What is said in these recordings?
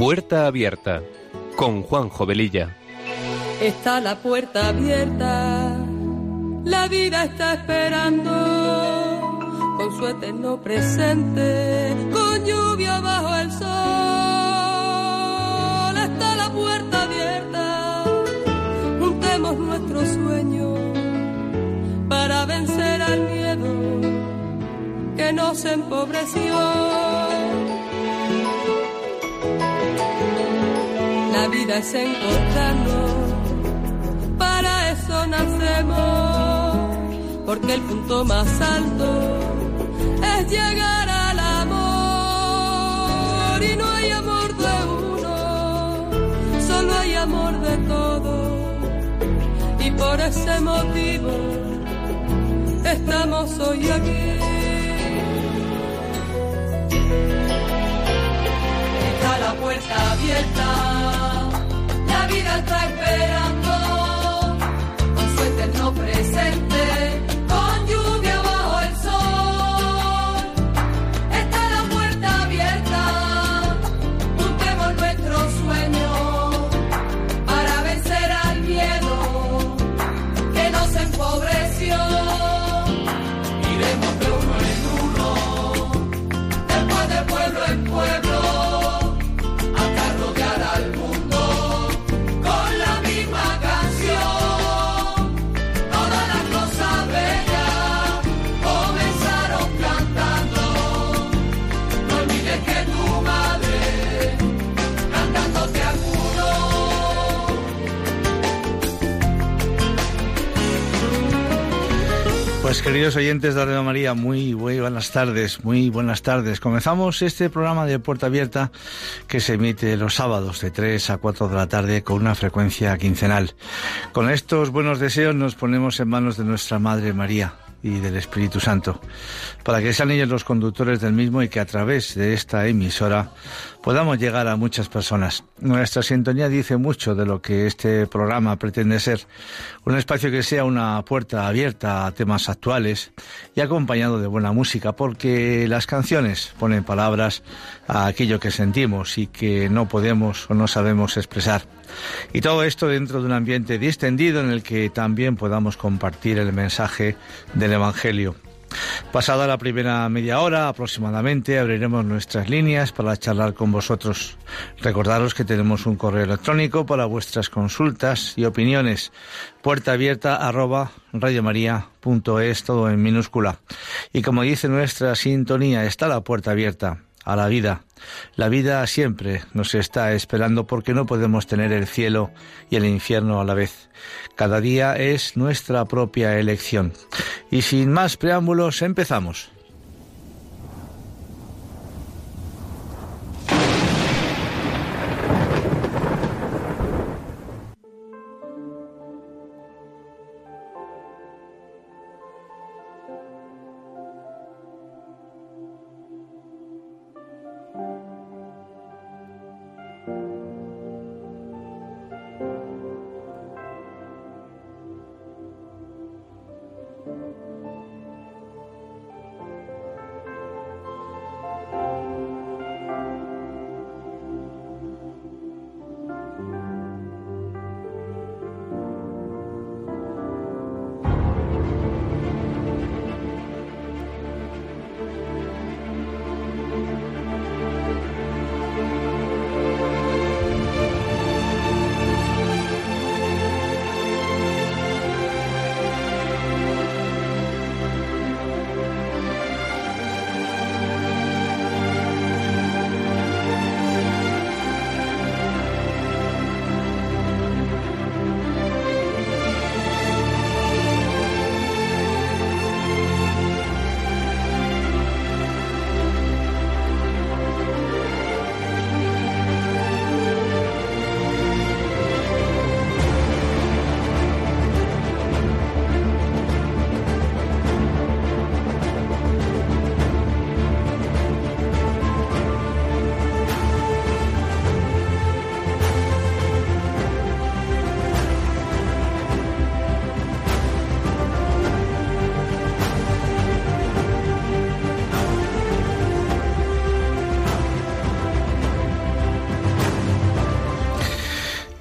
Puerta Abierta, con Juanjo Velilla. Está la puerta abierta, la vida está esperando, con su eterno presente, con lluvia bajo el sol. Está la puerta abierta, juntemos nuestros sueños para vencer al miedo que nos empobreció. La vida es encontrarnos, para eso nacemos, porque el punto más alto es llegar al amor. Y no hay amor de uno, solo hay amor de todos. Y por ese motivo estamos hoy aquí. Está la puerta abierta, la vida está esperando, con su eterno presente, con lluvia bajo el sol. Está la puerta abierta, juntemos nuestros sueños para vencer al miedo que nos empobreció. Iremos de uno en uno, después de pueblo en pueblo, Pues queridos oyentes de Radio María, muy buenas tardes. Comenzamos este programa de Puerta Abierta que se emite los sábados de 3 a 4 de la tarde con una frecuencia quincenal. Con estos buenos deseos nos ponemos en manos de nuestra Madre María y del Espíritu Santo, para que sean ellos los conductores del mismo y que a través de esta emisora podamos llegar a muchas personas. Nuestra sintonía dice mucho de lo que este programa pretende ser, un espacio que sea una puerta abierta a temas actuales y acompañado de buena música, porque las canciones ponen palabras a aquello que sentimos y que no podemos o no sabemos expresar. Y todo esto dentro de un ambiente distendido en el que también podamos compartir el mensaje del Evangelio. Pasada la primera media hora aproximadamente, abriremos nuestras líneas para charlar con vosotros. Recordaros que tenemos un correo electrónico para vuestras consultas y opiniones, puertaabierta@radiomaria.es, todo en minúscula. Y como dice nuestra sintonía, está la puerta abierta a la vida. La vida siempre nos está esperando, porque no podemos tener el cielo y el infierno a la vez. Cada día es nuestra propia elección. Y sin más preámbulos, empezamos.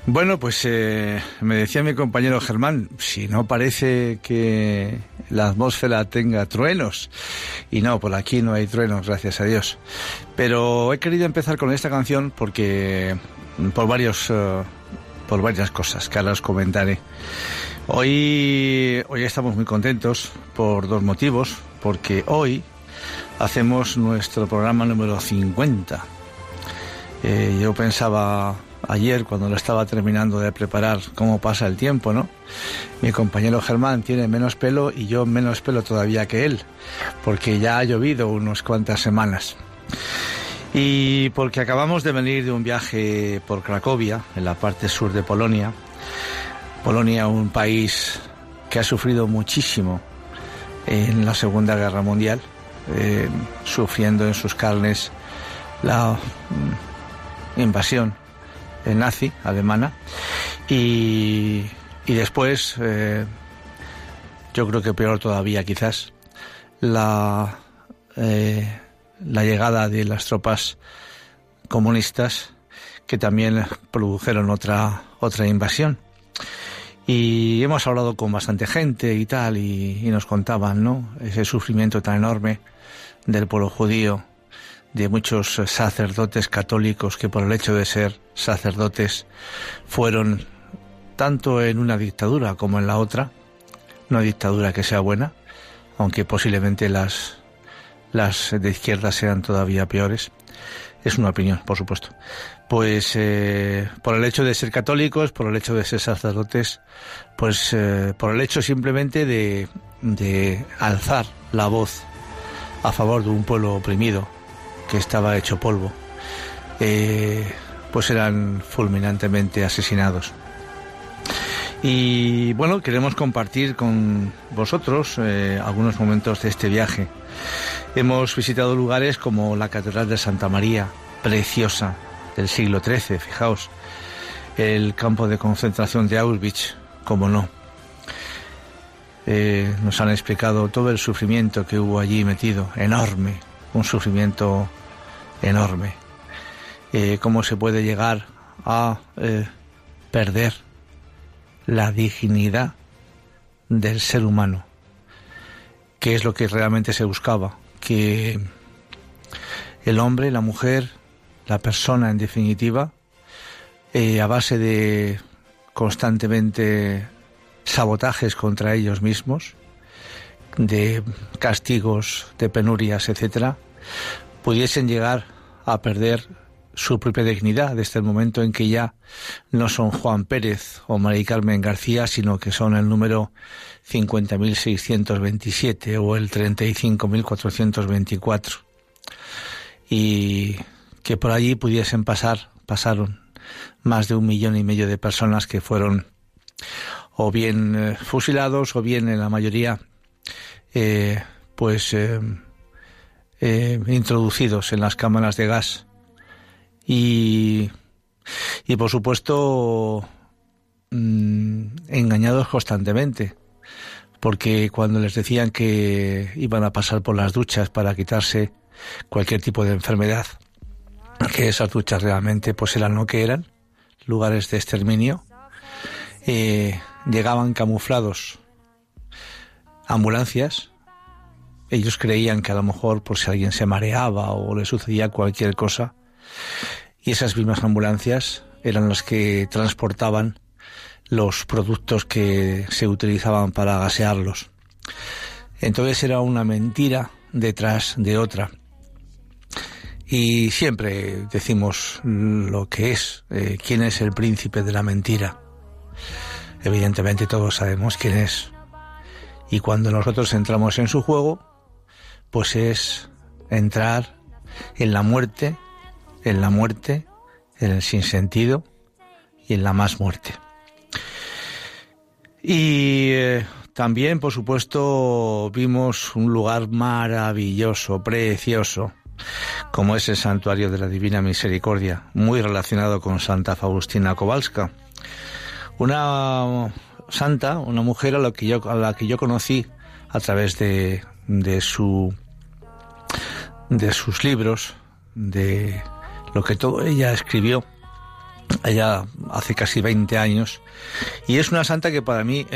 Bueno, pues me decía mi compañero Germán, si no parece que la atmósfera tenga truenos, y no, por aquí no hay truenos, gracias a Dios. Pero he querido empezar con esta canción porque por varias cosas que ahora os comentaré. Hoy estamos muy contentos por dos motivos, porque hoy hacemos nuestro programa número 50. Yo pensaba ayer, cuando lo estaba terminando de preparar, cómo pasa el tiempo, ¿no? Mi compañero Germán tiene menos pelo y yo menos pelo todavía que él, porque ya ha llovido unas cuantas semanas. Y porque acabamos de venir de un viaje por Cracovia, en la parte sur de Polonia. Polonia, un país que ha sufrido muchísimo en la Segunda Guerra Mundial, sufriendo en sus carnes la invasión nazi alemana y después yo creo que peor todavía quizás la llegada de las tropas comunistas, que también produjeron otra invasión. Y hemos hablado con bastante gente y tal, y nos contaban, ¿no?, ese sufrimiento tan enorme del pueblo judío, de muchos sacerdotes católicos que por el hecho de ser sacerdotes fueron tanto en una dictadura como en la otra, una dictadura que sea buena, aunque posiblemente las de izquierda sean todavía peores. Es una opinión, por supuesto. Pues por el hecho de ser católicos, por el hecho de ser sacerdotes, pues por el hecho simplemente de alzar la voz a favor de un pueblo oprimido que estaba hecho polvo, pues eran fulminantemente asesinados. Y bueno, queremos compartir con vosotros algunos momentos de este viaje. Hemos visitado lugares como la Catedral de Santa María, preciosa, del siglo XIII, fijaos, el campo de concentración de Auschwitz, como no. Nos han explicado todo el sufrimiento que hubo allí metido, enorme, un sufrimiento enorme. Cómo se puede llegar a perder la dignidad del ser humano, que es lo que realmente se buscaba, que el hombre, la mujer, la persona en definitiva, a base de constantemente sabotajes contra ellos mismos, de castigos, de penurias, etcétera, pudiesen llegar a perder su propia dignidad desde el momento en que ya no son Juan Pérez o Mari Carmen García, sino que son el número 50.627 o el 35.424, y que por allí pasaron más de 1,5 millones de personas que fueron o bien fusilados o bien, en la mayoría, introducidos en las cámaras de gas y por supuesto engañados constantemente, porque cuando les decían que iban a pasar por las duchas para quitarse cualquier tipo de enfermedad, que esas duchas realmente pues eran lo que eran, lugares de exterminio, llegaban camuflados ambulancias. Ellos creían que a lo mejor por si alguien se mareaba o le sucedía cualquier cosa, y esas mismas ambulancias eran las que transportaban los productos que se utilizaban para gasearlos. Entonces era una mentira detrás de otra. Y siempre decimos lo que es, quién es el príncipe de la mentira. Evidentemente todos sabemos quién es. Y cuando nosotros entramos en su juego, pues es entrar en la muerte, en el sinsentido y en la más muerte. Y también, por supuesto, vimos un lugar maravilloso, precioso, como es el Santuario de la Divina Misericordia, muy relacionado con Santa Faustina Kowalska, una santa, una mujer a la que yo conocí a través de sus libros, de lo que todo ella escribió, allá hace casi 20 años, y es una santa que para mí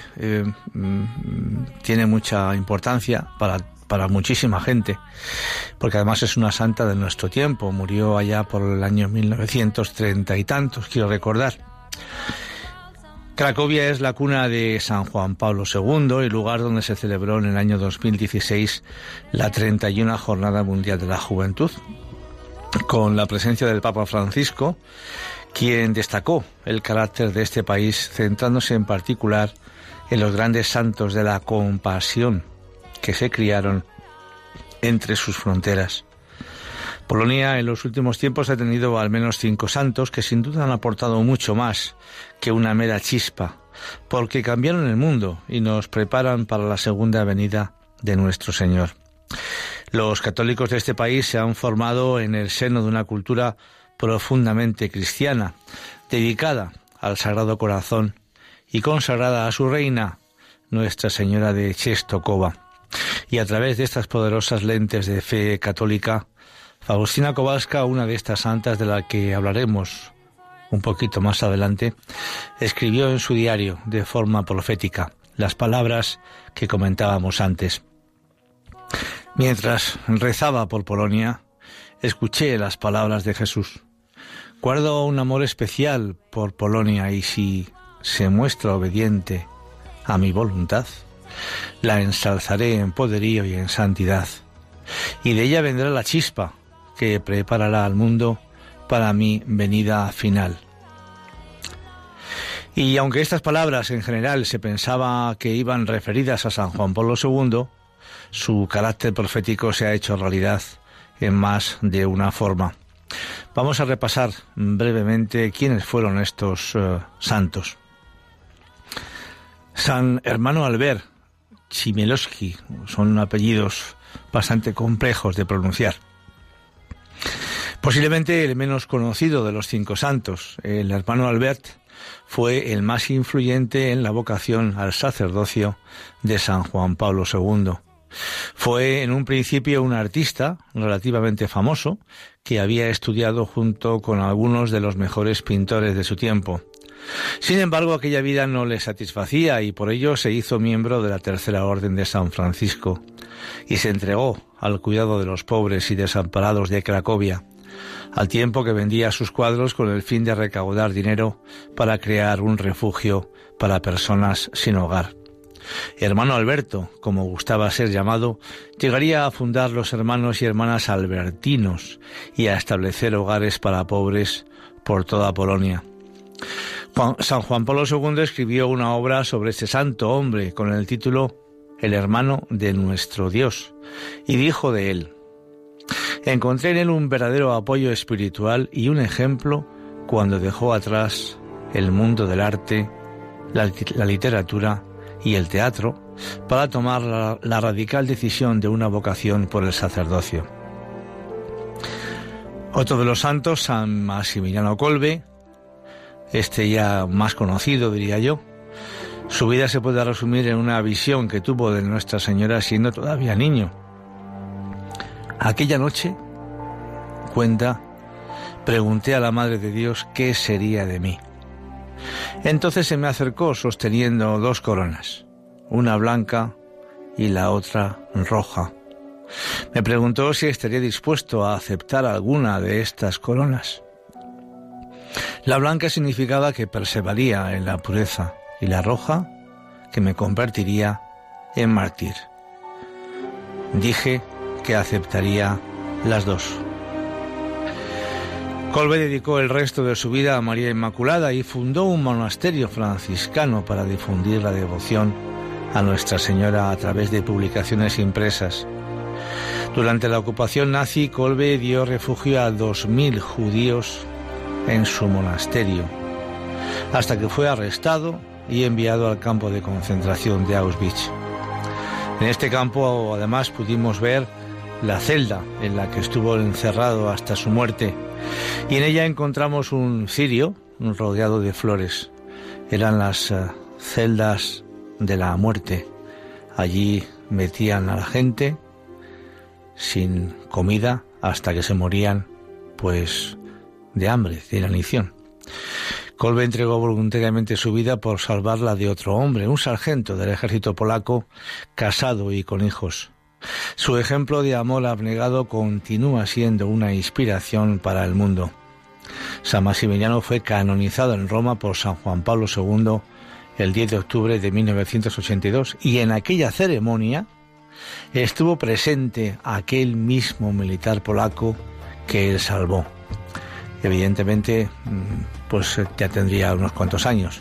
tiene mucha importancia para muchísima gente, porque además es una santa de nuestro tiempo. Murió allá por el año 1930 y tantos, quiero recordar. Cracovia es la cuna de San Juan Pablo II, el lugar donde se celebró en el año 2016 la 31 Jornada Mundial de la Juventud, con la presencia del Papa Francisco, quien destacó el carácter de este país, centrándose en particular en los grandes santos de la compasión que se criaron entre sus fronteras. Polonia en los últimos tiempos ha tenido al menos 5 santos que sin duda han aportado mucho más que una mera chispa, porque cambiaron el mundo y nos preparan para la segunda venida de nuestro Señor. Los católicos de este país se han formado en el seno de una cultura profundamente cristiana, dedicada al Sagrado Corazón y consagrada a su reina, Nuestra Señora de Czestochowa. Y a través de estas poderosas lentes de fe católica, Faustina Kowalska, una de estas santas de la que hablaremos un poquito más adelante, escribió en su diario de forma profética las palabras que comentábamos antes. Mientras rezaba por Polonia, escuché las palabras de Jesús. Guardo un amor especial por Polonia y si se muestra obediente a mi voluntad, la ensalzaré en poderío y en santidad, y de ella vendrá la chispa que preparará al mundo para mi venida final. Y aunque estas palabras en general se pensaba que iban referidas a San Juan Pablo II, su carácter profético se ha hecho realidad en más de una forma. Vamos a repasar brevemente quiénes fueron estos santos. San Hermano Albert Chmielowski, son apellidos bastante complejos de pronunciar. Posiblemente el menos conocido de los 5 santos, el hermano Albert fue el más influyente en la vocación al sacerdocio de San Juan Pablo II. Fue en un principio un artista relativamente famoso que había estudiado junto con algunos de los mejores pintores de su tiempo. Sin embargo, aquella vida no le satisfacía y por ello se hizo miembro de la Tercera Orden de San Francisco y se entregó al cuidado de los pobres y desamparados de Cracovia, al tiempo que vendía sus cuadros con el fin de recaudar dinero para crear un refugio para personas sin hogar. Hermano Alberto, como gustaba ser llamado, llegaría a fundar los hermanos y hermanas albertinos y a establecer hogares para pobres por toda Polonia. San Juan Pablo II escribió una obra sobre este santo hombre con el título El hermano de nuestro Dios, y dijo de él: encontré en él un verdadero apoyo espiritual y un ejemplo cuando dejó atrás el mundo del arte, la literatura y el teatro para tomar la radical decisión de una vocación por el sacerdocio. Otro de los santos, San Maximiliano Kolbe, este ya más conocido, diría yo. Su vida se puede resumir en una visión que tuvo de Nuestra Señora siendo todavía niño. Aquella noche, cuenta, pregunté a la Madre de Dios qué sería de mí. Entonces se me acercó sosteniendo 2 coronas, una blanca y la otra roja. Me preguntó si estaría dispuesto a aceptar alguna de estas coronas. La blanca significaba que perseveraría en la pureza y la roja que me convertiría en mártir. Dije que aceptaría las 2. Kolbe dedicó el resto de su vida a María Inmaculada y fundó un monasterio franciscano para difundir la devoción a Nuestra Señora a través de publicaciones impresas. Durante la ocupación nazi, Kolbe dio refugio a 2.000 judíos en su monasterio, hasta que fue arrestado y enviado al campo de concentración de Auschwitz. En este campo, además, pudimos ver la celda en la que estuvo encerrado hasta su muerte, y en ella encontramos un cirio rodeado de flores. Eran las celdas de la muerte. Allí metían a la gente sin comida hasta que se morían, pues, de hambre, de inanición. Kolbe entregó voluntariamente su vida por salvar la de otro hombre, un sargento del ejército polaco, casado y con hijos. Su ejemplo de amor abnegado continúa siendo una inspiración para el mundo. San Maximiliano fue canonizado en Roma por San Juan Pablo II el 10 de octubre de 1982 y en aquella ceremonia estuvo presente aquel mismo militar polaco que él salvó. Evidentemente, pues ya tendría unos cuantos años.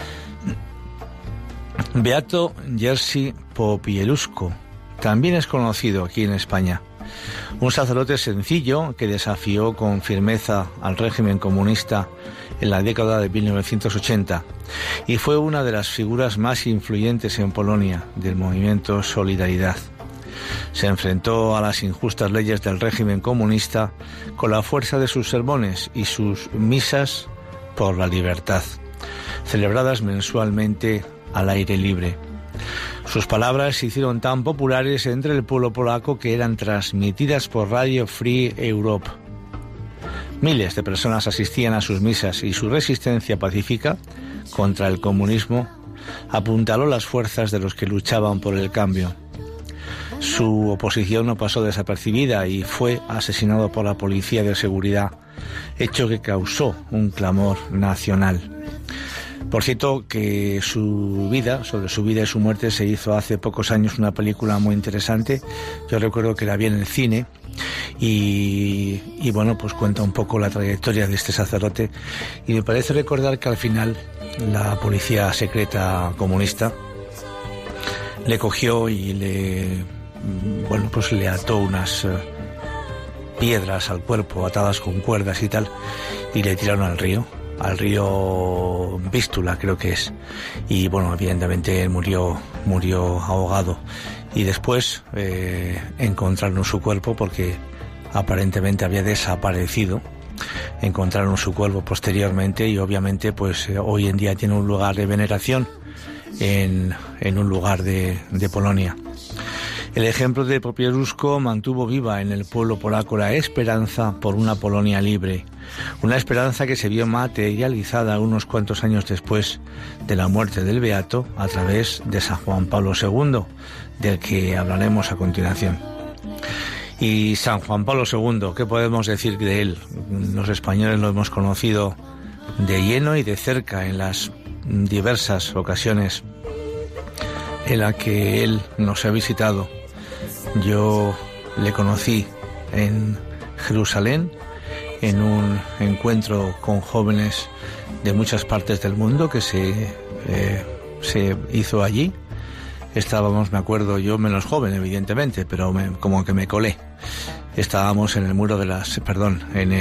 Beato Jerzy Popieluszko también es conocido aquí en España. Un sacerdote sencillo que desafió con firmeza al régimen comunista en la década de 1980 y fue una de las figuras más influyentes en Polonia del movimiento Solidaridad. Se enfrentó a las injustas leyes del régimen comunista con la fuerza de sus sermones y sus misas por la libertad, celebradas mensualmente al aire libre. Sus palabras se hicieron tan populares entre el pueblo polaco que eran transmitidas por Radio Free Europe. Miles de personas asistían a sus misas y su resistencia pacífica contra el comunismo apuntaló las fuerzas de los que luchaban por el cambio. Su oposición no pasó desapercibida y fue asesinado por la policía de seguridad, hecho que causó un clamor nacional. Por cierto, que sobre su vida y su muerte se hizo hace pocos años una película muy interesante. Yo recuerdo que la vi en el cine y bueno, pues cuenta un poco la trayectoria de este sacerdote y me parece recordar que al final la policía secreta comunista le cogió y le ató unas piedras al cuerpo atadas con cuerdas y tal y le tiraron al río Vístula creo que es, y bueno, evidentemente él murió ahogado y después encontraron su cuerpo porque aparentemente había desaparecido. Encontraron su cuerpo posteriormente y obviamente pues hoy en día tiene un lugar de veneración en un lugar de Polonia. El ejemplo de Popieluszko mantuvo viva en el pueblo polaco la esperanza por una Polonia libre, una esperanza que se vio materializada unos cuantos años después de la muerte del beato a través de San Juan Pablo II, del que hablaremos a continuación. Y San Juan Pablo II, ¿qué podemos decir de él? Los españoles lo hemos conocido de lleno y de cerca en las diversas ocasiones en las que él nos ha visitado. Yo le conocí en Jerusalén en un encuentro con jóvenes de muchas partes del mundo que se hizo allí. Estábamos, me acuerdo, yo menos joven evidentemente, pero como que me colé. Estábamos en el muro de las, en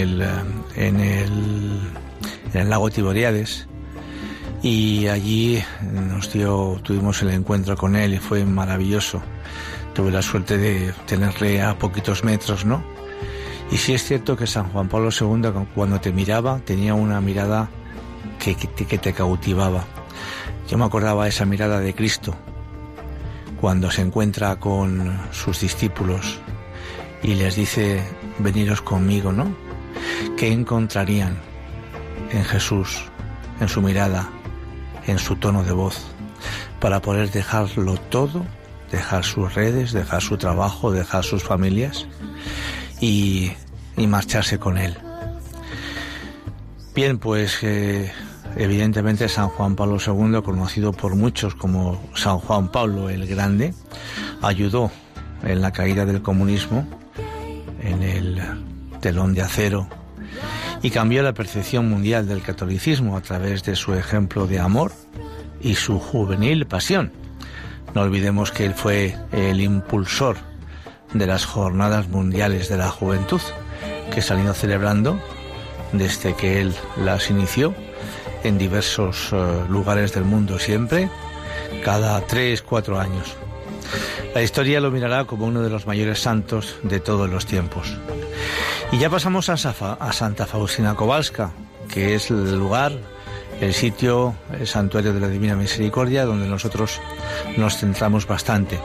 el lago Tiberíades y allí tuvimos el encuentro con él y fue maravilloso. Tuve la suerte de tenerle a poquitos metros, ¿no? Y sí es cierto que San Juan Pablo II, cuando te miraba, tenía una mirada que te cautivaba. Yo me acordaba de esa mirada de Cristo, cuando se encuentra con sus discípulos y les dice, veniros conmigo, ¿no? ¿Qué encontrarían en Jesús, en su mirada, en su tono de voz, para poder dejarlo todo, dejar sus redes, dejar su trabajo, dejar sus familias y marcharse con él? Bien, pues evidentemente San Juan Pablo II, conocido por muchos como San Juan Pablo el Grande, ayudó en la caída del comunismo, en el telón de acero, y cambió la percepción mundial del catolicismo a través de su ejemplo de amor y su juvenil pasión. No olvidemos que él fue el impulsor de las Jornadas Mundiales de la Juventud, que se han ido celebrando desde que él las inició en diversos lugares del mundo, siempre cada 3-4 años. La historia lo mirará como uno de los mayores santos de todos los tiempos. Y ya pasamos a Santa Faustina Kowalska, que es el lugar, el sitio, el santuario de la Divina Misericordia, donde nosotros nos centramos bastante.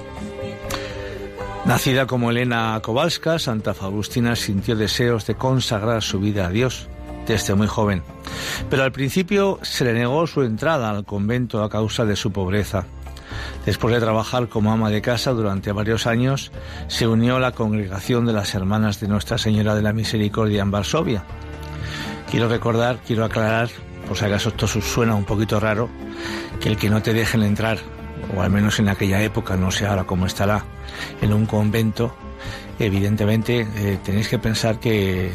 Nacida como Elena Kowalska, Santa Faustina sintió deseos de consagrar su vida a Dios desde muy joven. Pero al principio se le negó su entrada al convento a causa de su pobreza. Después de trabajar como ama de casa durante varios años, se unió a la congregación de las Hermanas de Nuestra Señora de la Misericordia en Varsovia. Quiero aclarar, por si acaso esto suena un poquito raro, que el que no te dejen entrar, o al menos en aquella época, no sé ahora cómo estará, en un convento, evidentemente tenéis que pensar que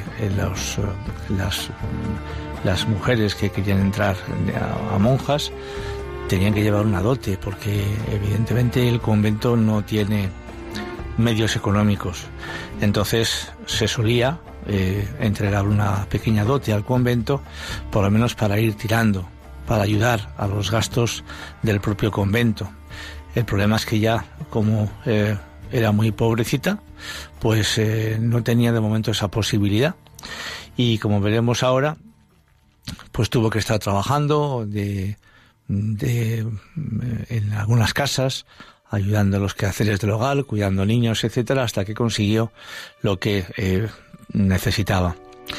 las mujeres que querían entrar a monjas tenían que llevar una dote, porque evidentemente el convento no tiene medios económicos. Entonces se solía entregar una pequeña dote al convento, por lo menos para ir tirando, para ayudar a los gastos del propio convento. El problema es que ya, como era muy pobrecita, pues no tenía de momento esa posibilidad. Y como veremos ahora, pues tuvo que estar trabajando en algunas casas, ayudando a los quehaceres del hogar, cuidando niños, etcétera, hasta que consiguió lo que necesitaba.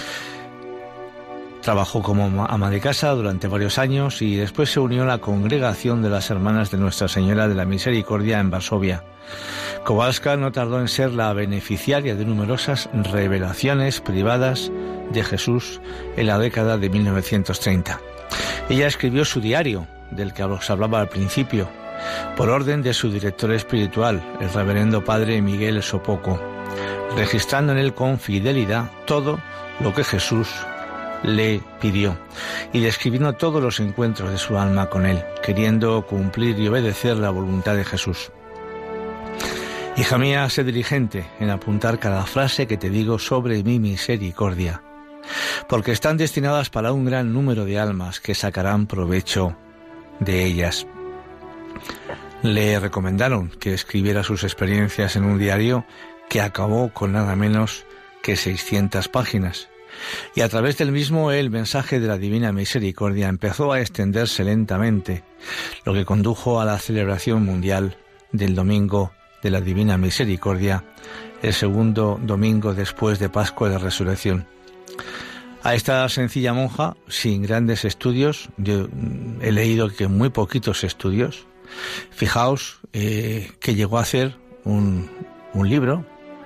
Trabajó como ama de casa durante varios años y después se unió a la congregación de las Hermanas de Nuestra Señora de la Misericordia en Varsovia. Kowalska no tardó en ser la beneficiaria de numerosas revelaciones privadas de Jesús en la década de 1930. Ella escribió su diario, del que os hablaba al principio, por orden de su director espiritual, el reverendo padre Miguel Sopoco, registrando en él con fidelidad todo lo que Jesús le pidió y describiendo todos los encuentros de su alma con él, queriendo cumplir y obedecer la voluntad de Jesús. Hija mía, sé diligente en apuntar cada frase que te digo sobre mi misericordia, porque están destinadas para un gran número de almas que sacarán provecho de ellas. Le recomendaron que escribiera sus experiencias en un diario que acabó con nada menos que 600 páginas. Y a través del mismo el mensaje de la Divina Misericordia empezó a extenderse lentamente, lo que condujo a la celebración mundial del Domingo de la Divina Misericordia, el segundo domingo después de Pascua de Resurrección. A esta sencilla monja, sin grandes estudios, yo he leído que muy poquitos estudios, fijaos que llegó a hacer un libro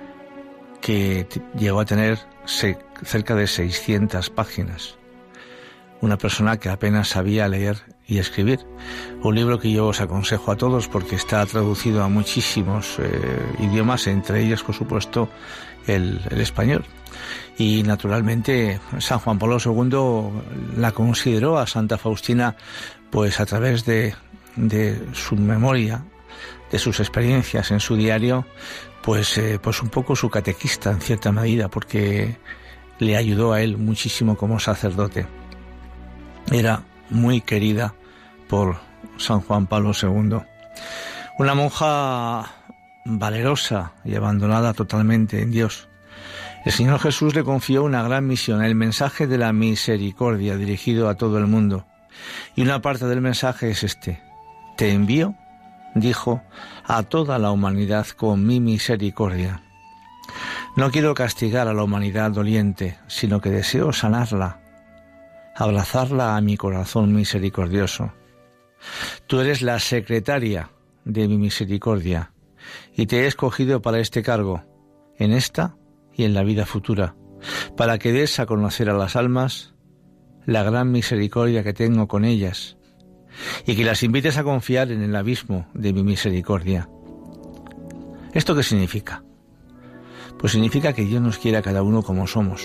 que llegó a tener cerca de 600 páginas. Una persona que apenas sabía leer y escribir. Un libro que yo os aconsejo a todos porque está traducido a muchísimos idiomas, entre ellos, por supuesto, el español. Y naturalmente San Juan Pablo II la consideró a Santa Faustina, pues a través de su memoria, de sus experiencias en su diario, pues un poco su catequista en cierta medida, porque le ayudó a él muchísimo como sacerdote. Era muy querida por San Juan Pablo II. Una monja valerosa y abandonada totalmente en Dios. El Señor Jesús le confió una gran misión, el mensaje de la misericordia dirigido a todo el mundo. Y una parte del mensaje es este: te envío, dijo, a toda la humanidad con mi misericordia. No quiero castigar a la humanidad doliente, sino que deseo sanarla, abrazarla a mi corazón misericordioso. Tú eres la secretaria de mi misericordia y te he escogido para este cargo, en esta y en la vida futura, para que des a conocer a las almas la gran misericordia que tengo con ellas y que las invites a confiar en el abismo de mi misericordia. ¿Esto qué significa? Pues significa que Dios nos quiere a cada uno como somos.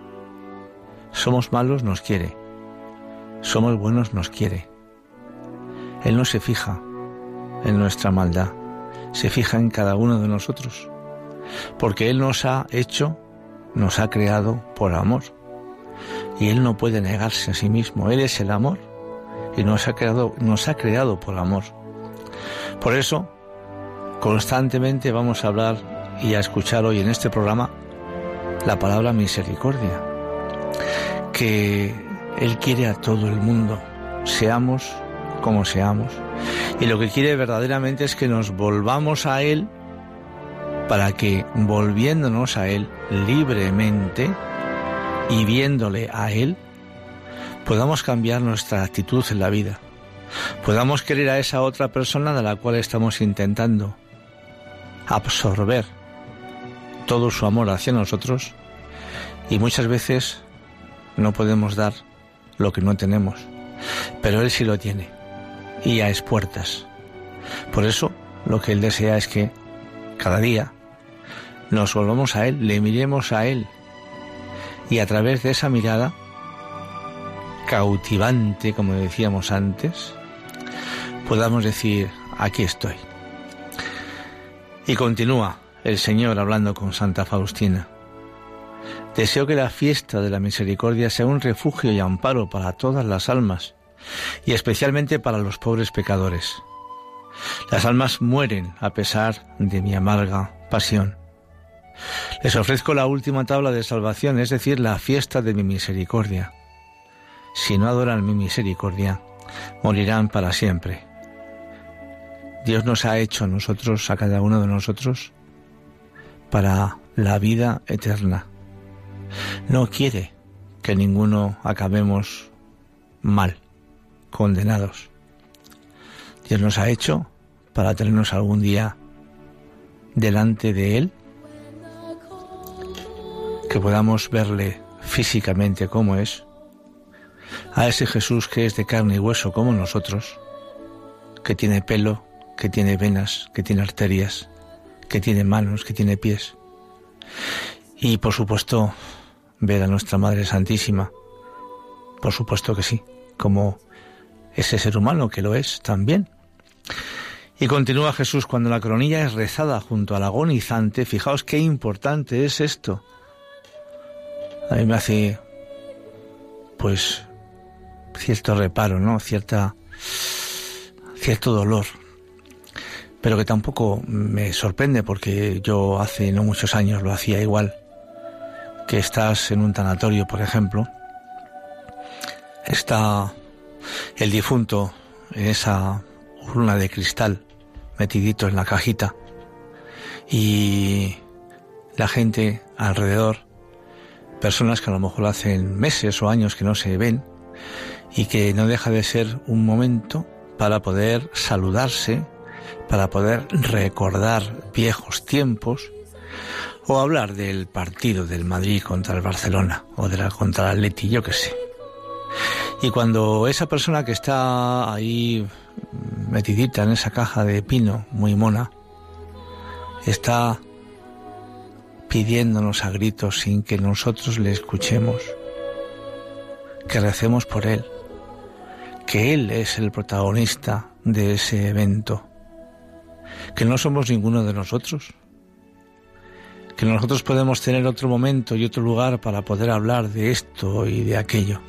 Somos malos, nos quiere. Somos buenos, nos quiere. Él no se fija en nuestra maldad, se fija en cada uno de nosotros, porque Él nos ha hecho, nos ha creado por amor, y Él no puede negarse a sí mismo. Él es el amor y nos ha creado por amor. Por eso, constantemente vamos a hablar y a escuchar hoy en este programa la palabra misericordia, que Él quiere a todo el mundo, seamos como seamos, y lo que quiere verdaderamente es que nos volvamos a Él, para que, volviéndonos a Él libremente y viéndole a Él, podamos cambiar nuestra actitud en la vida, podamos querer a esa otra persona de la cual estamos intentando absorber todo su amor hacia nosotros, y muchas veces no podemos dar lo que no tenemos, pero Él sí lo tiene, y a expuertas. Por eso lo que Él desea es que cada día nos volvamos a Él, le miremos a Él, y a través de esa mirada cautivante, como decíamos antes, podamos decir: aquí estoy. Y continúa el Señor hablando con Santa Faustina: deseo que la fiesta de la misericordia sea un refugio y amparo para todas las almas, y especialmente para los pobres pecadores. Las almas mueren a pesar de mi amarga pasión. Les ofrezco la última tabla de salvación, es decir, la fiesta de mi misericordia. Si no adoran mi misericordia, morirán para siempre. Dios nos ha hecho a nosotros, a cada uno de nosotros, para la vida eterna. No quiere que ninguno acabemos mal, condenados. Dios nos ha hecho para tenernos algún día delante de Él, que podamos verle físicamente como es, a ese Jesús que es de carne y hueso como nosotros, que tiene pelo, que tiene venas, que tiene arterias, que tiene manos, que tiene pies. Y por supuesto ver a nuestra Madre Santísima, por supuesto que sí, como ese ser humano que lo es también. Y continúa Jesús: cuando la coronilla es rezada junto al agonizante, fijaos qué importante es esto. A mí me hace, pues, cierto reparo, ¿no? Cierto dolor, pero que tampoco me sorprende, porque yo hace no muchos años lo hacía igual. Que estás en un tanatorio, por ejemplo, está el difunto en esa urna de cristal, metidito en la cajita, y la gente alrededor, personas que a lo mejor hacen meses o años que no se ven, y que no deja de ser un momento para poder saludarse, para poder recordar viejos tiempos, o hablar del partido del Madrid contra el Barcelona, o contra el Atleti, yo qué sé. Y cuando esa persona que está ahí metidita en esa caja de pino muy mona está pidiéndonos a gritos, sin que nosotros le escuchemos, que recemos por él, que él es el protagonista de ese evento, que no somos ninguno de nosotros, que nosotros podemos tener otro momento y otro lugar para poder hablar de esto y de aquello.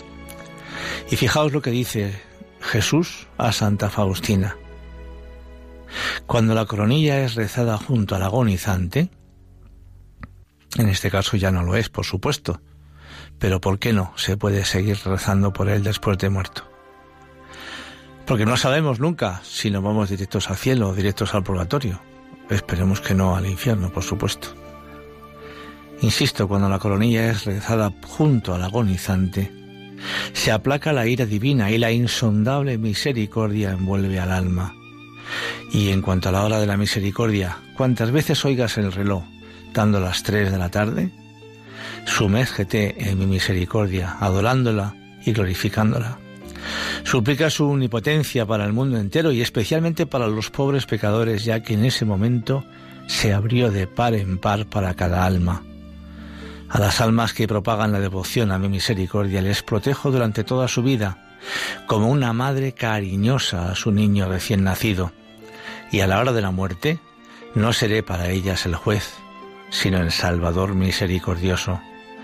Y fijaos lo que dice Jesús a Santa Faustina: cuando la coronilla es rezada junto al agonizante, en este caso ya no lo es, por supuesto, pero ¿por qué no se puede seguir rezando por él después de muerto? Porque no sabemos nunca si nos vamos directos al cielo o directos al purgatorio. Esperemos que no al infierno, por supuesto. Insisto, cuando la coronilla es rezada junto al agonizante, se aplaca la ira divina y la insondable misericordia envuelve al alma. Y en cuanto a la hora de la misericordia, cuantas veces oigas el reloj dando las 3 de la tarde, sumérgete en mi misericordia, adorándola y glorificándola. Suplica su omnipotencia para el mundo entero y especialmente para los pobres pecadores, ya que en ese momento se abrió de par en par para cada alma. A las almas que propagan la devoción a mi misericordia les protejo durante toda su vida, como una madre cariñosa a su niño recién nacido, y a la hora de la muerte no seré para ellas el juez, sino el Salvador misericordioso.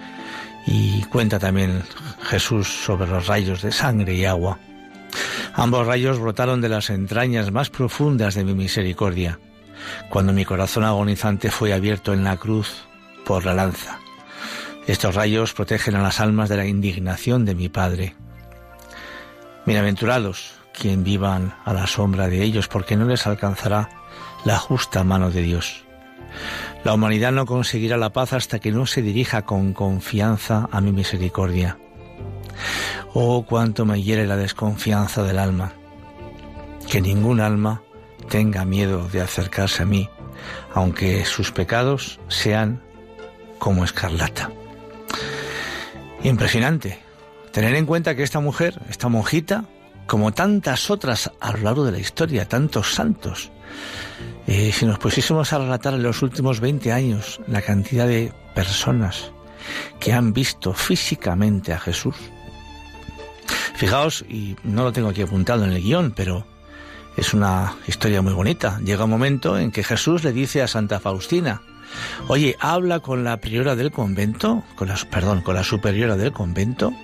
Y cuenta también Jesús sobre los rayos de sangre y agua. Ambos rayos brotaron de las entrañas más profundas de mi misericordia, cuando mi corazón agonizante fue abierto en la cruz por la lanza. Estos rayos protegen a las almas de la indignación de mi Padre. Bienaventurados quien vivan a la sombra de ellos, porque no les alcanzará la justa mano de Dios. La humanidad no conseguirá la paz hasta que no se dirija con confianza a mi misericordia. Oh, cuánto me hiere la desconfianza del alma. Que ningún alma tenga miedo de acercarse a mí, aunque sus pecados sean como escarlata. Impresionante. Tener en cuenta que esta mujer, esta monjita, como tantas otras a lo largo de la historia, tantos santos, si nos pusiésemos a relatar en los últimos 20 años la cantidad de personas que han visto físicamente a Jesús. Fijaos, y no lo tengo aquí apuntado en el guión, pero es una historia muy bonita. Llega un momento en que Jesús le dice a Santa Faustina: oye, habla con la priora del convento, con la superiora del convento,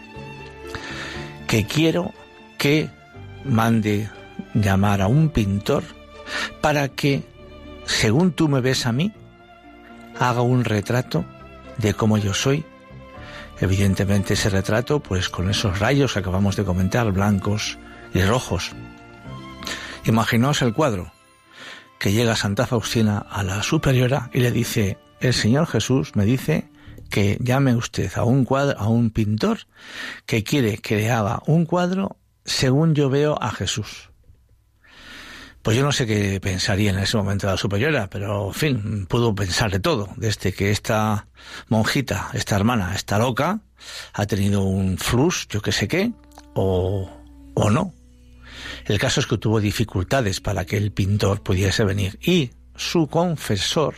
que quiero que mande llamar a un pintor para que, según tú me ves a mí, haga un retrato de cómo yo soy. Evidentemente ese retrato, pues con esos rayos que acabamos de comentar, blancos y rojos. Imaginaos el cuadro, que llega Santa Faustina a la superiora y le dice: el Señor Jesús me dice que llame usted a un pintor que quiere que le haga un cuadro según yo veo a Jesús. Pues yo no sé qué pensaría en ese momento la superiora, pero en fin, pudo pensar de todo, desde que esta monjita, esta hermana, está loca, ha tenido un flux, yo qué sé qué, o no. El caso es que tuvo dificultades para que el pintor pudiese venir, y su confesor,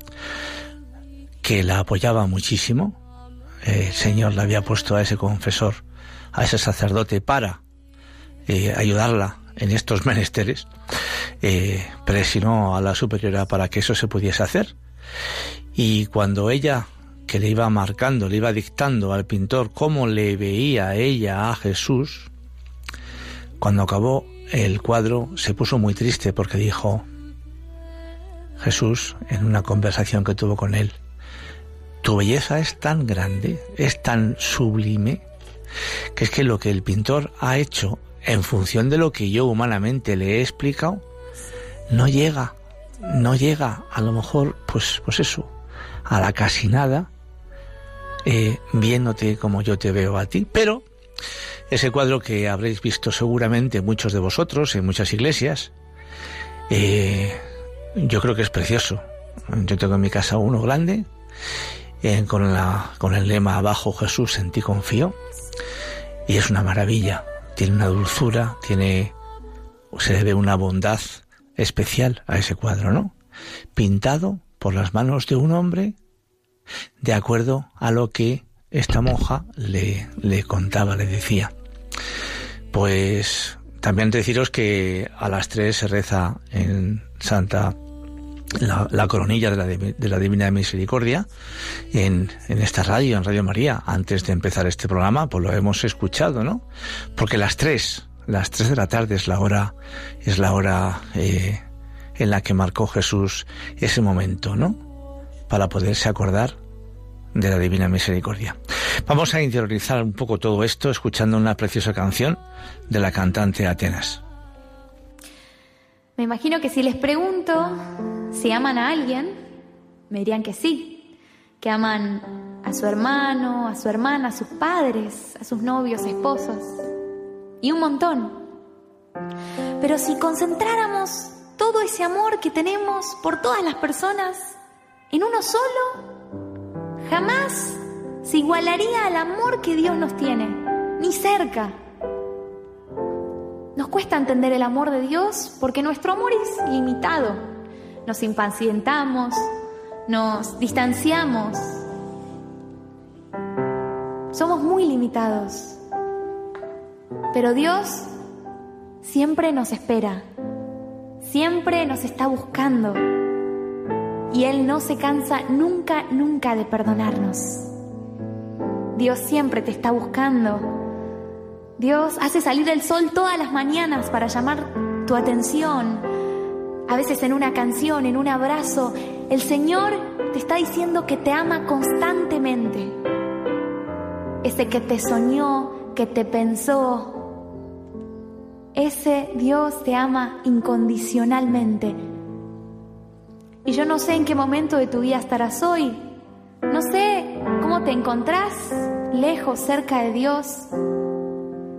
que la apoyaba muchísimo, el Señor le había puesto a ese confesor, a ese sacerdote, para ayudarla en estos menesteres, presionó a la superiora para que eso se pudiese hacer. Y cuando ella, que le iba marcando, le iba dictando al pintor cómo le veía ella a Jesús, cuando acabó el cuadro se puso muy triste, porque dijo Jesús, en una conversación que tuvo con él: tu belleza es tan grande, es tan sublime, que es que lo que el pintor ha hecho en función de lo que yo humanamente le he explicado, no llega a lo mejor, pues eso, a la casi nada, viéndote como yo te veo a ti. Pero ese cuadro, que habréis visto seguramente muchos de vosotros en muchas iglesias, yo creo que es precioso. Yo tengo en mi casa uno grande, con el lema abajo: Jesús, en ti confío, y es una maravilla. Tiene una dulzura, se le ve una bondad especial a ese cuadro, ¿no? Pintado por las manos de un hombre, de acuerdo a lo que esta monja le contaba, le decía. Pues también deciros que a las 3 se reza en la coronilla de la Divina Misericordia en esta radio, en Radio María. Antes de empezar este programa, pues lo hemos escuchado, ¿no? Porque las 3 de la tarde es la hora en la que marcó Jesús ese momento, ¿no? Para poderse acordar de la Divina Misericordia. Vamos a interiorizar un poco todo esto escuchando una preciosa canción de la cantante Atenas. Me imagino que si les pregunto si aman a alguien, me dirían que sí, que aman a su hermano, a su hermana, a sus padres, a sus novios, esposos, y un montón. Pero si concentráramos todo ese amor que tenemos por todas las personas en uno solo, jamás se igualaría al amor que Dios nos tiene, ni cerca. Nos cuesta entender el amor de Dios porque nuestro amor es limitado. Nos impacientamos, nos distanciamos. Somos muy limitados. Pero Dios siempre nos espera, siempre nos está buscando. Y Él no se cansa nunca, nunca de perdonarnos. Dios siempre te está buscando. Dios hace salir el sol todas las mañanas para llamar tu atención. A veces en una canción, en un abrazo, el Señor te está diciendo que te ama constantemente. Ese que te soñó, que te pensó, ese Dios te ama incondicionalmente. Y yo no sé en qué momento de tu vida estarás hoy. No sé cómo te encontrás, lejos, cerca de Dios.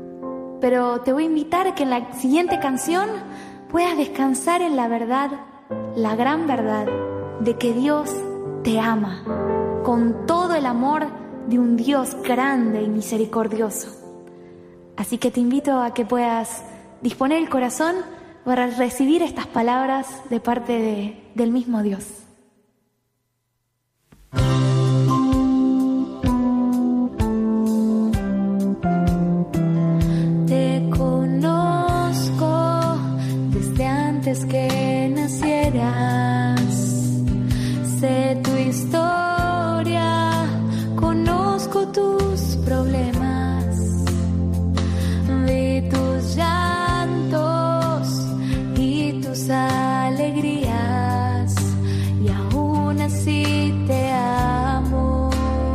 pero te voy a invitar a que en la siguiente canción puedas descansar en la verdad, la gran verdad, de que Dios te ama con todo el amor de un Dios grande y misericordioso. Así que te invito a que puedas disponer el corazón para recibir estas palabras de parte del mismo Dios. Te conozco desde antes que nacieras, sé tu historia, conozco tus problemas, vi tus llantos y tus alegrías, y aún así te amo.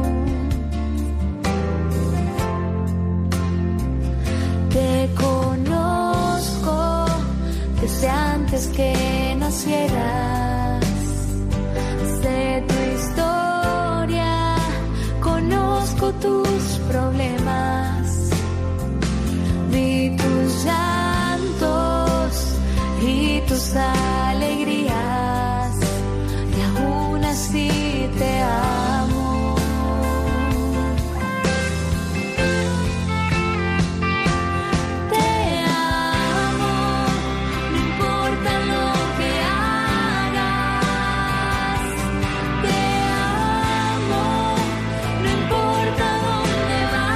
Te conozco desde antes que nacieras, sé tu historia, conozco tus problemas, vi tus llantos y tus alegrías, y aún así te amo. Te amo, no importa lo que hagas. Te amo, no importa dónde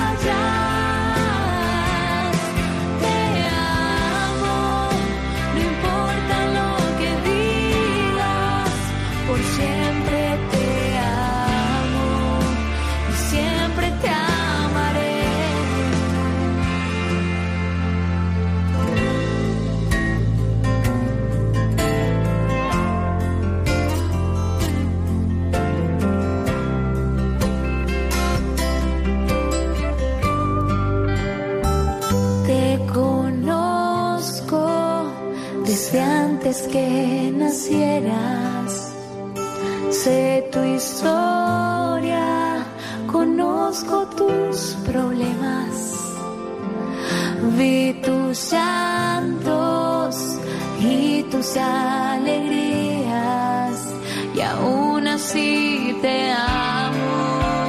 vayas. Te amo, no importa lo que digas, por siempre te amo y siempre te amaré. Te conozco desde antes que nacieras, sé tu historia, conozco tus problemas, vi tus llantos y tus alegrías, y aún así te amo.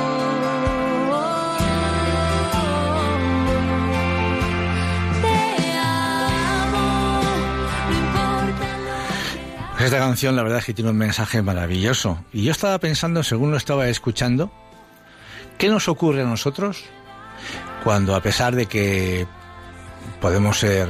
Te amo, no importa lo que Esta canción la verdad es que tiene un mensaje maravilloso. Y yo estaba pensando, según lo estaba escuchando, ¿qué nos ocurre a nosotros cuando, a pesar de que podemos ser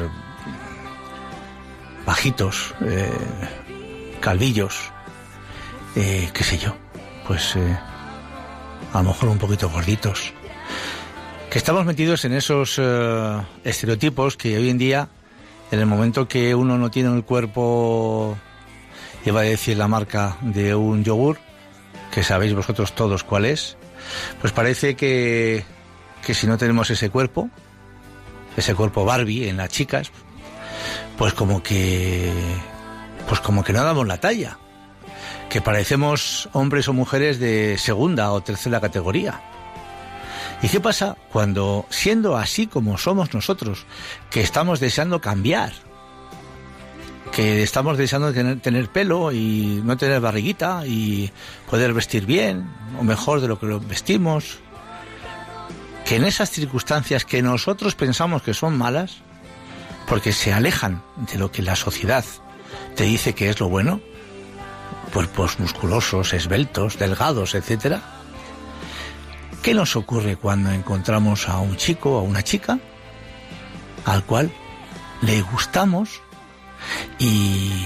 bajitos, calvillos, qué sé yo, pues a lo mejor un poquito gorditos, que estamos metidos en esos estereotipos que hoy en día, en el momento que uno no tiene el cuerpo, iba a decir la marca de un yogur, que sabéis vosotros todos cuál es, pues parece que si no tenemos ese cuerpo Barbie en las chicas, pues como que no damos la talla, que parecemos hombres o mujeres de segunda o tercera categoría. ¿Y qué pasa cuando, siendo así como somos nosotros, que estamos deseando cambiar, que estamos deseando tener pelo y no tener barriguita y poder vestir bien o mejor de lo que lo vestimos, que en esas circunstancias que nosotros pensamos que son malas, porque se alejan de lo que la sociedad te dice que es lo bueno, cuerpos musculosos, esbeltos, delgados, etcétera? ¿Qué nos ocurre cuando encontramos a un chico o a una chica al cual le gustamos y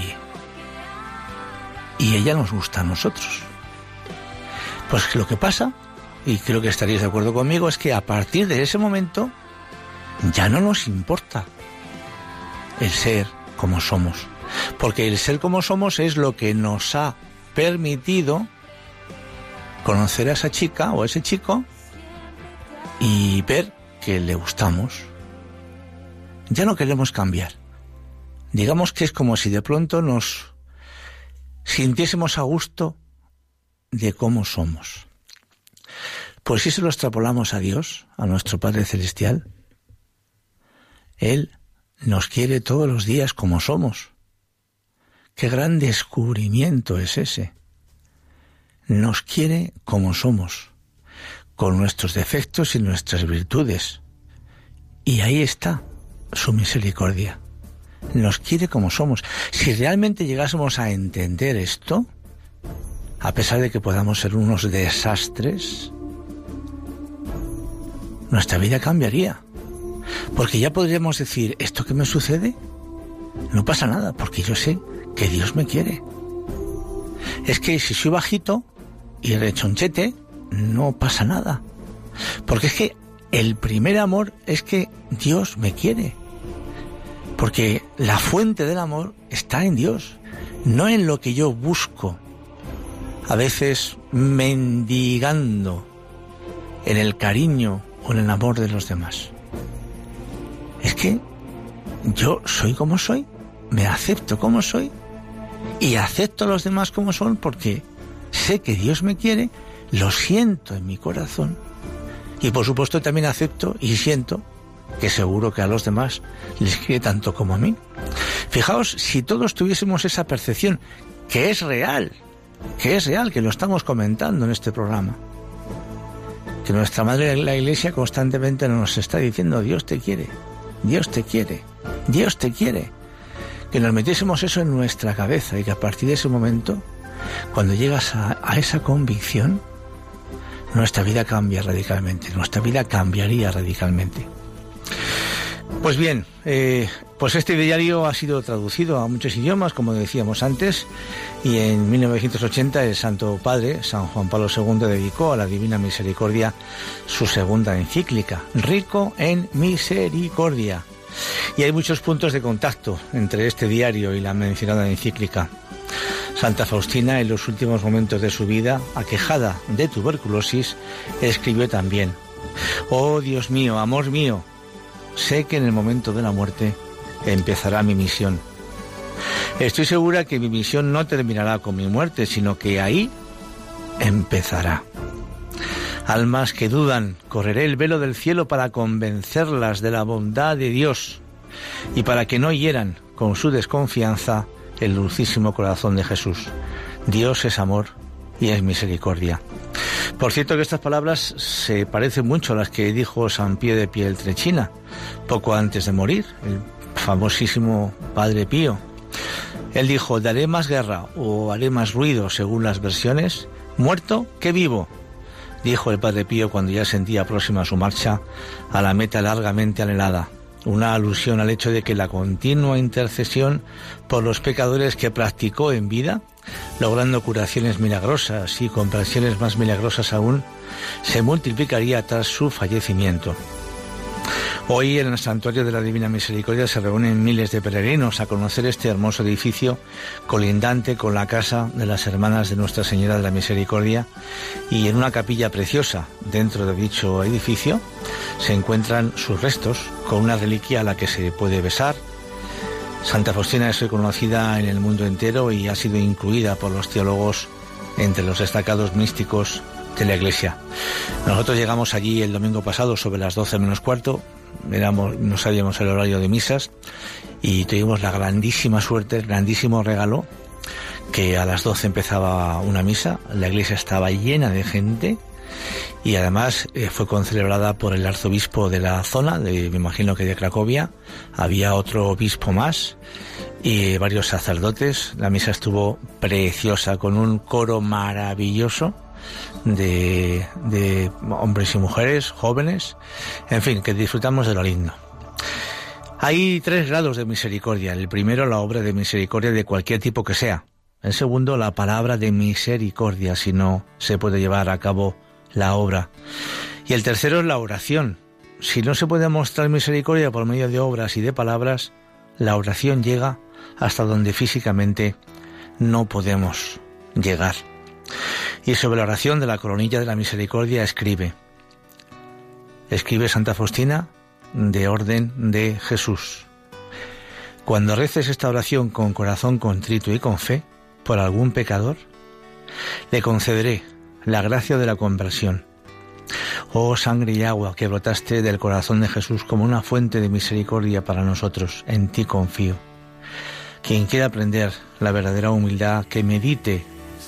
ella nos gusta a nosotros? Pues lo que pasa, y creo que estaríais de acuerdo conmigo, es que a partir de ese momento ya no nos importa el ser como somos, porque el ser como somos es lo que nos ha permitido conocer a esa chica o a ese chico y ver que le gustamos. Ya no queremos cambiar. Digamos que es como si de pronto nos sintiésemos a gusto de cómo somos. Pues si se lo extrapolamos a Dios, a nuestro Padre Celestial, Él nos quiere todos los días como somos. ¡Qué gran descubrimiento es ese! Nos quiere como somos, con nuestros defectos y nuestras virtudes. Y ahí está su misericordia. Nos quiere como somos. Si realmente llegásemos a entender esto, a pesar de que podamos ser unos desastres, nuestra vida cambiaría. Porque ya podríamos decir, ¿esto que me sucede? No pasa nada, porque yo sé que Dios me quiere. Es que si soy bajito y rechonchete, no pasa nada. Porque es que el primer amor es que Dios me quiere. Porque la fuente del amor está en Dios, no en lo que yo busco. A veces mendigando en el cariño o en el amor de los demás. Es que yo soy como soy, me acepto como soy y acepto a los demás como son porque sé que Dios me quiere, lo siento en mi corazón y por supuesto también acepto y siento que seguro que a los demás les quiere tanto como a mí. Fijaos, si todos tuviésemos esa percepción, que es real, que lo estamos comentando en este programa, que nuestra Madre la Iglesia constantemente nos está diciendo, Dios te quiere, Dios te quiere, Dios te quiere. Que nos metiésemos eso en nuestra cabeza y que a partir de ese momento, cuando llegas a esa convicción, nuestra vida cambia radicalmente, nuestra vida cambiaría radicalmente. Pues bien, pues este diario ha sido traducido a muchos idiomas, como decíamos antes, y en 1980 el Santo Padre, San Juan Pablo II, dedicó a la Divina Misericordia su segunda encíclica, Rico en Misericordia. Y hay muchos puntos de contacto entre este diario y la mencionada encíclica. Santa Faustina, en los últimos momentos de su vida, aquejada de tuberculosis, escribió también: «Oh Dios mío, amor mío, sé que en el momento de la muerte empezará mi misión. Estoy segura que mi misión no terminará con mi muerte, sino que ahí empezará. Almas que dudan, correré el velo del cielo para convencerlas de la bondad de Dios y para que no hieran con su desconfianza el dulcísimo corazón de Jesús. Dios es amor y es misericordia». Por cierto que estas palabras se parecen mucho a las que dijo San Pío de Pietrelcina poco antes de morir, el famosísimo Padre Pío. Él dijo: «Daré más guerra o haré más ruido, según las versiones, muerto que vivo», dijo el Padre Pío cuando ya sentía próxima su marcha a la meta largamente anhelada. Una alusión al hecho de que la continua intercesión por los pecadores que practicó en vida, logrando curaciones milagrosas y conversiones más milagrosas aún, se multiplicaría tras su fallecimiento. Hoy en el Santuario de la Divina Misericordia se reúnen miles de peregrinos a conocer este hermoso edificio colindante con la casa de las Hermanas de Nuestra Señora de la Misericordia, y en una capilla preciosa dentro de dicho edificio se encuentran sus restos con una reliquia a la que se puede besar. Santa Faustina es hoy conocida en el mundo entero y ha sido incluida por los teólogos entre los destacados místicos de la Iglesia. Nosotros llegamos allí el domingo pasado sobre las 12 menos cuarto, no sabíamos el horario de misas y tuvimos la grandísima suerte, el grandísimo regalo, que a las 12 empezaba una misa, la iglesia estaba llena de gente y además fue concelebrada por el arzobispo de la zona, me imagino que de Cracovia. Había otro obispo más y varios sacerdotes. La misa estuvo preciosa, con un coro maravilloso de hombres y mujeres, jóvenes, en fin, que disfrutamos de lo lindo. Hay 3 grados de misericordia. El primero, la obra de misericordia de cualquier tipo que sea. El segundo, la palabra de misericordia, si no se puede llevar a cabo la obra. Y el tercero es la oración. Si no se puede mostrar misericordia por medio de obras y de palabras, la oración llega hasta donde físicamente no podemos llegar. Y sobre la oración de la coronilla de la misericordia escribe Santa Faustina, de Orden de Jesús: «Cuando reces esta oración con corazón contrito y con fe por algún pecador, le concederé la gracia de la conversión. Oh sangre y agua que brotaste del corazón de Jesús como una fuente de misericordia para nosotros, en ti confío. Quien quiera aprender la verdadera humildad, que medite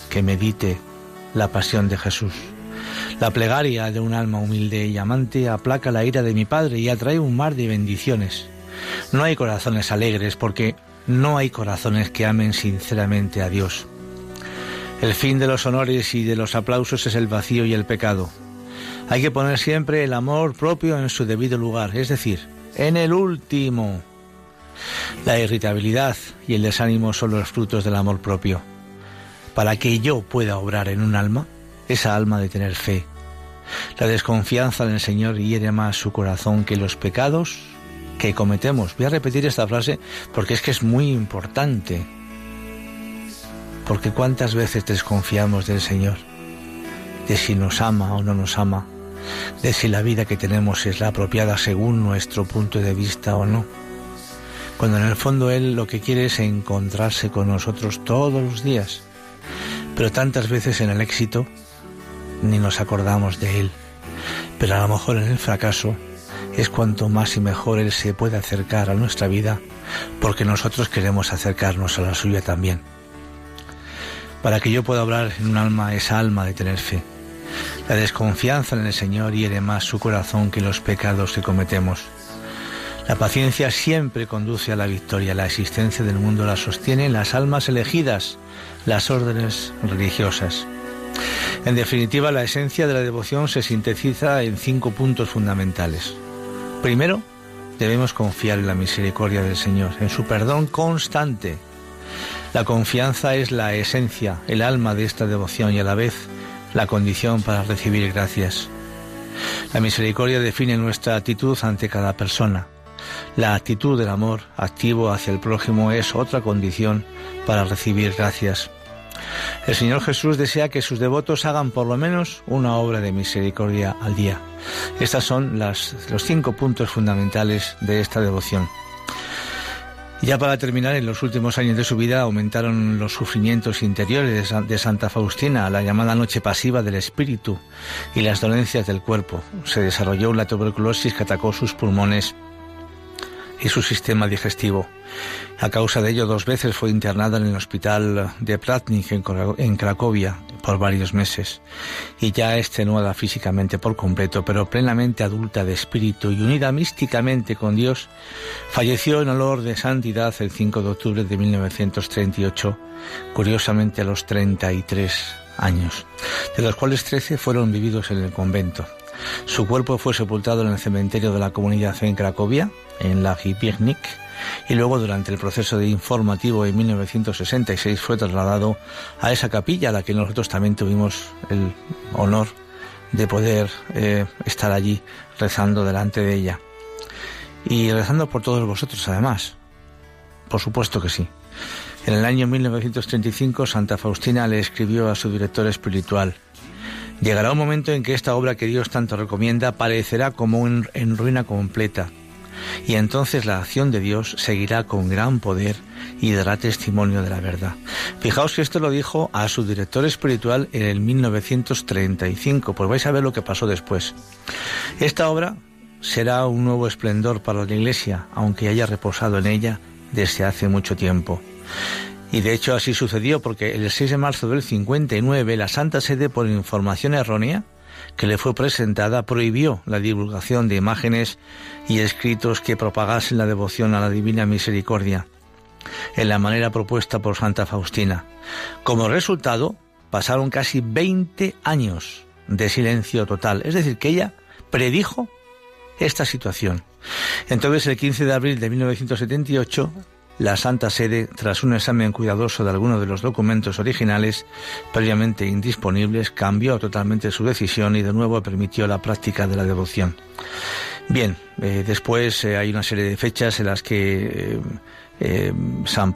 la pasión de Jesús. La plegaria de un alma humilde y amante aplaca la ira de mi Padre y atrae un mar de bendiciones. No hay corazones alegres porque no hay corazones que amen sinceramente a Dios. El fin de los honores y de los aplausos es el vacío y el pecado. Hay que poner siempre el amor propio en su debido lugar, es decir, en el último. La irritabilidad y el desánimo son los frutos del amor propio. Para que yo pueda obrar en un alma, esa alma de tener fe. La desconfianza en el Señor hiere más su corazón que los pecados que cometemos. Voy a repetir esta frase porque es que es muy importante. Porque cuántas veces desconfiamos del Señor, de si nos ama o no nos ama, de si la vida que tenemos es la apropiada según nuestro punto de vista o no. Cuando en el fondo Él lo que quiere es encontrarse con nosotros todos los días. Pero tantas veces en el éxito ni nos acordamos de Él. Pero a lo mejor en el fracaso es cuanto más y mejor Él se puede acercar a nuestra vida, porque nosotros queremos acercarnos a la suya también. Para que yo pueda obrar en un alma, esa alma de tener fe. La desconfianza en el Señor hiere más su corazón que los pecados que cometemos. La paciencia siempre conduce a la victoria. La existencia del mundo la sostienen las almas elegidas, las órdenes religiosas. En definitiva, la esencia de la devoción se sintetiza en 5 puntos fundamentales. Primero, debemos confiar en la misericordia del Señor, en su perdón constante. La confianza es la esencia, el alma de esta devoción y a la vez la condición para recibir gracias. La misericordia define nuestra actitud ante cada persona. La actitud del amor activo hacia el prójimo es otra condición para recibir gracias. El Señor Jesús desea que sus devotos hagan por lo menos una obra de misericordia al día. Estos son los 5 puntos fundamentales de esta devoción. Ya para terminar, en los últimos años de su vida aumentaron los sufrimientos interiores de Santa Faustina, la llamada noche pasiva del espíritu y las dolencias del cuerpo. Se desarrolló una tuberculosis que atacó sus pulmones y su sistema digestivo. A causa de ello, 2 veces fue internada en el hospital de Pratnik en Cracovia por varios meses, y ya extenuada físicamente por completo, pero plenamente adulta de espíritu y unida místicamente con Dios, falleció en olor de santidad el 5 de octubre de 1938, curiosamente a los 33 años, de los cuales 13 fueron vividos en el convento. Su cuerpo fue sepultado en el cementerio de la comunidad en Cracovia, en la Hipiernik, y luego durante el proceso de informativo en 1966 fue trasladado a esa capilla a la que nosotros también tuvimos el honor de poder estar allí rezando delante de ella. Y rezando por todos vosotros además. Por supuesto que sí. En el año 1935 Santa Faustina le escribió a su director espiritual: llegará un momento en que esta obra que Dios tanto recomienda parecerá como en ruina completa, y entonces la acción de Dios seguirá con gran poder y dará testimonio de la verdad. Fijaos que esto lo dijo a su director espiritual en el 1935, pues vais a ver lo que pasó después. Esta obra será un nuevo esplendor para la Iglesia, aunque haya reposado en ella desde hace mucho tiempo. Y de hecho así sucedió, porque el 6 de marzo del 59 la Santa Sede, por información errónea que le fue presentada, prohibió la divulgación de imágenes y escritos que propagasen la devoción a la Divina Misericordia en la manera propuesta por Santa Faustina. Como resultado, pasaron casi 20 años de silencio total, es decir, que ella predijo esta situación. Entonces, el 15 de abril de 1978, la Santa Sede, tras un examen cuidadoso de algunos de los documentos originales previamente indisponibles, cambió totalmente su decisión y de nuevo permitió la práctica de la devoción. Bien, después hay una serie de fechas en las que San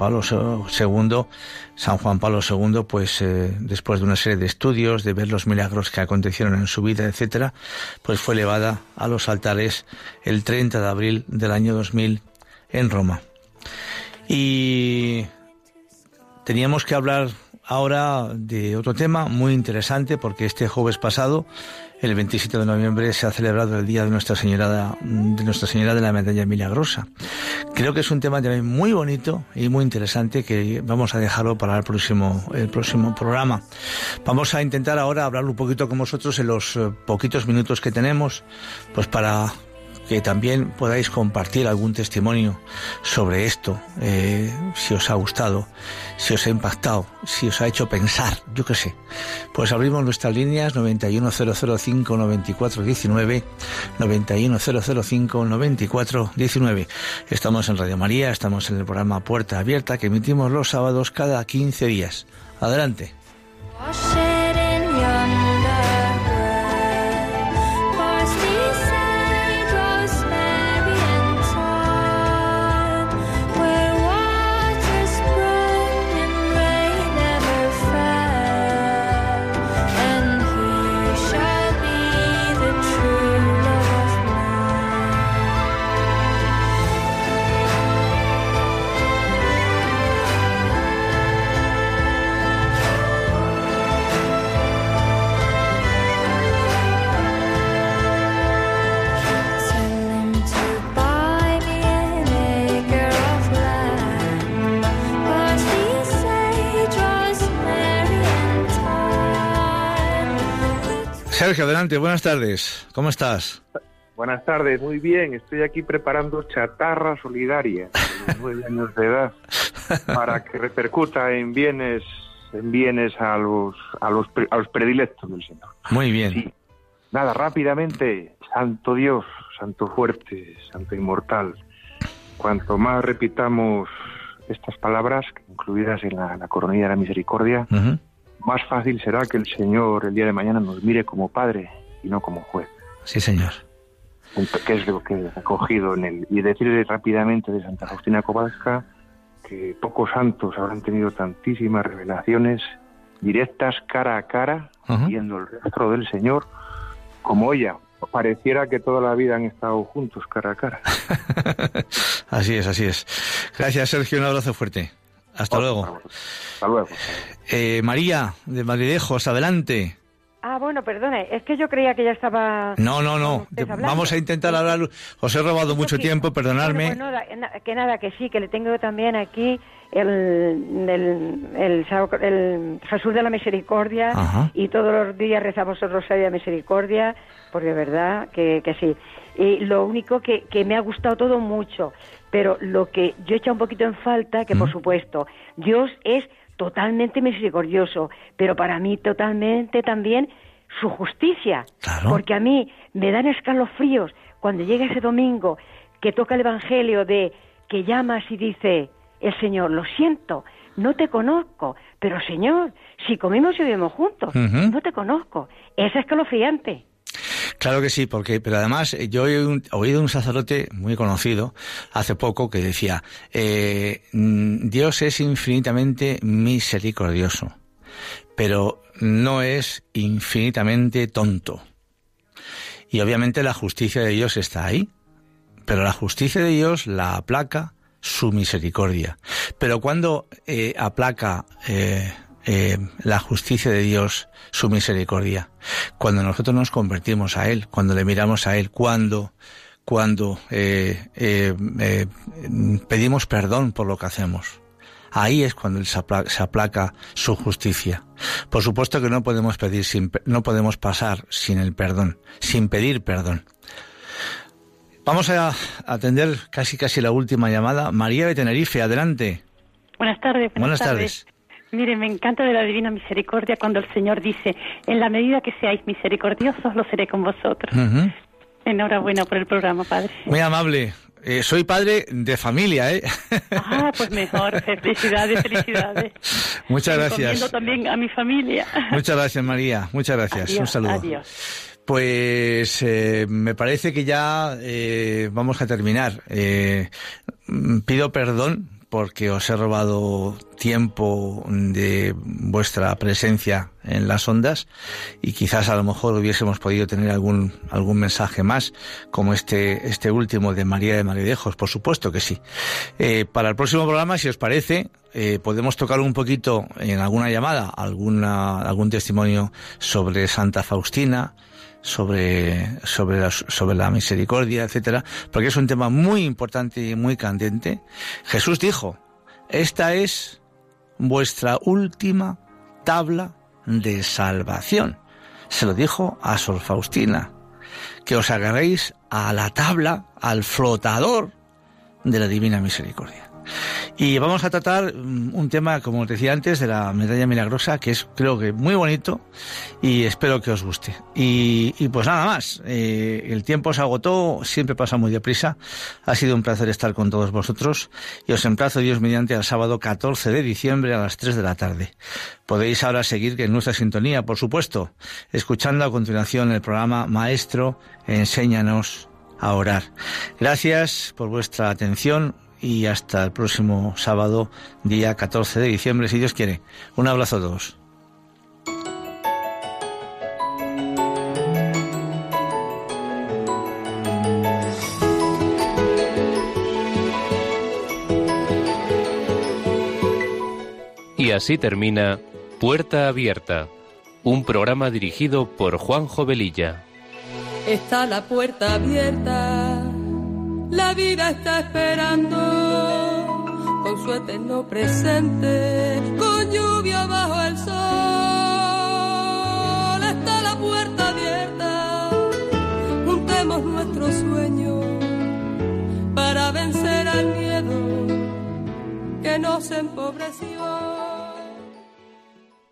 Juan Pablo II, pues después de una serie de estudios, de ver los milagros que acontecieron en su vida, etcétera, pues fue elevada a los altares el 30 de abril del año 2000 en Roma. Y teníamos que hablar ahora de otro tema muy interesante, porque este jueves pasado, el 27 de noviembre, se ha celebrado el Día de Nuestra Señora de la Medalla Milagrosa. Creo que es un tema también muy bonito y muy interesante, que vamos a dejarlo para el próximo programa. Vamos a intentar ahora hablar un poquito con vosotros en los poquitos minutos que tenemos, pues para que también podáis compartir algún testimonio sobre esto, si os ha gustado, si os ha impactado, si os ha hecho pensar, yo qué sé. Pues abrimos nuestras líneas 91005-9419, 91005-9419. Estamos en Radio María, estamos en el programa Puerta Abierta, que emitimos los sábados cada 15 días. Adelante. Sergio, adelante, buenas tardes. ¿Cómo estás? Buenas tardes, muy bien. Estoy aquí preparando chatarra solidaria a los 9 años de edad para que repercuta en bienes a los predilectos del Señor. Muy bien. Sí. Nada, rápidamente. Santo Dios, Santo fuerte, Santo inmortal. Cuanto más repitamos estas palabras, incluidas en la coronilla de la misericordia, más fácil será que el Señor el día de mañana nos mire como Padre y no como juez. Sí, Señor. Que es lo que he recogido en él. Y decirle rápidamente de Santa Faustina Kowalska que pocos santos habrán tenido tantísimas revelaciones directas cara a cara, viendo el rostro del Señor, como ella. Pareciera que toda la vida han estado juntos cara a cara. Así es, así es. Gracias, Sergio, un abrazo fuerte. Hasta luego. Hasta luego. María, de Madridejos, adelante. Bueno, perdone, es que yo creía que ya estaba... No. Vamos a intentar hablar. Os he robado mucho tiempo, perdonadme. Bueno, que sí, que le tengo también aquí el Jesús de la Misericordia. Ajá. Y todos los días rezamos el Rosario de Misericordia, porque de verdad que sí. Y lo único que me ha gustado todo mucho, pero lo que yo he echado un poquito en falta, que por supuesto, Dios es totalmente misericordioso, pero para mí totalmente también su justicia, claro. Porque a mí me dan escalofríos cuando llega ese domingo que toca el Evangelio de que llamas y dice el Señor, lo siento, no te conozco, pero Señor, si comimos y bebemos juntos, no te conozco. Es escalofriante. Claro que sí, pero además yo he oído un sacerdote muy conocido hace poco que decía, Dios es infinitamente misericordioso, pero no es infinitamente tonto. Y obviamente la justicia de Dios está ahí, pero la justicia de Dios la aplaca su misericordia. Pero cuando aplaca la justicia de Dios, su misericordia, cuando nosotros nos convertimos a Él, cuando le miramos a Él, cuando pedimos perdón por lo que hacemos, ahí es cuando Él se aplaca su justicia. Por supuesto que no podemos pasar sin el perdón, sin pedir perdón. Vamos a atender casi la última llamada. María de Tenerife, adelante. Buenas tardes. Buenas tardes. Mire, me encanta de la Divina Misericordia cuando el Señor dice, en la medida que seáis misericordiosos, lo seré con vosotros. Enhorabuena por el programa, padre. Muy amable. Soy padre de familia, ¿eh? Pues mejor. Felicidades. Muchas gracias. Recomiendo también a mi familia. Muchas gracias, María. Muchas gracias. Adiós, un saludo. Adiós. Pues me parece que ya vamos a terminar. Pido perdón porque os he robado tiempo de vuestra presencia en las ondas y quizás a lo mejor hubiésemos podido tener algún mensaje más, como este último de María de Maridejos, por supuesto que sí. Para el próximo programa, si os parece, podemos tocar un poquito en alguna llamada, algún testimonio sobre Santa Faustina, sobre la misericordia, etcétera, porque es un tema muy importante y muy candente. Jesús dijo: esta es vuestra última tabla de salvación. Se lo dijo a Sor Faustina, que os agarréis a la tabla, al flotador de la Divina Misericordia. Y vamos a tratar un tema, como os decía antes, de la medalla milagrosa, que es, creo que, muy bonito y espero que os guste. Y pues nada más, el tiempo se agotó, siempre pasa muy deprisa. Ha sido un placer estar con todos vosotros y os emplazo, Dios mediante, al sábado 14 de diciembre a las 3 de la tarde. Podéis ahora seguir en nuestra sintonía, por supuesto, escuchando a continuación el programa Maestro, enséñanos a orar. Gracias por vuestra atención. Y hasta el próximo sábado, día 14 de diciembre, si Dios quiere. Un abrazo a todos. Y así termina Puerta Abierta, un programa dirigido por Juanjo Velilla. Está la puerta abierta, la vida está esperando, con su eterno presente, con lluvia bajo el sol. Está la puerta abierta, juntemos nuestros sueños para vencer al miedo que nos empobreció.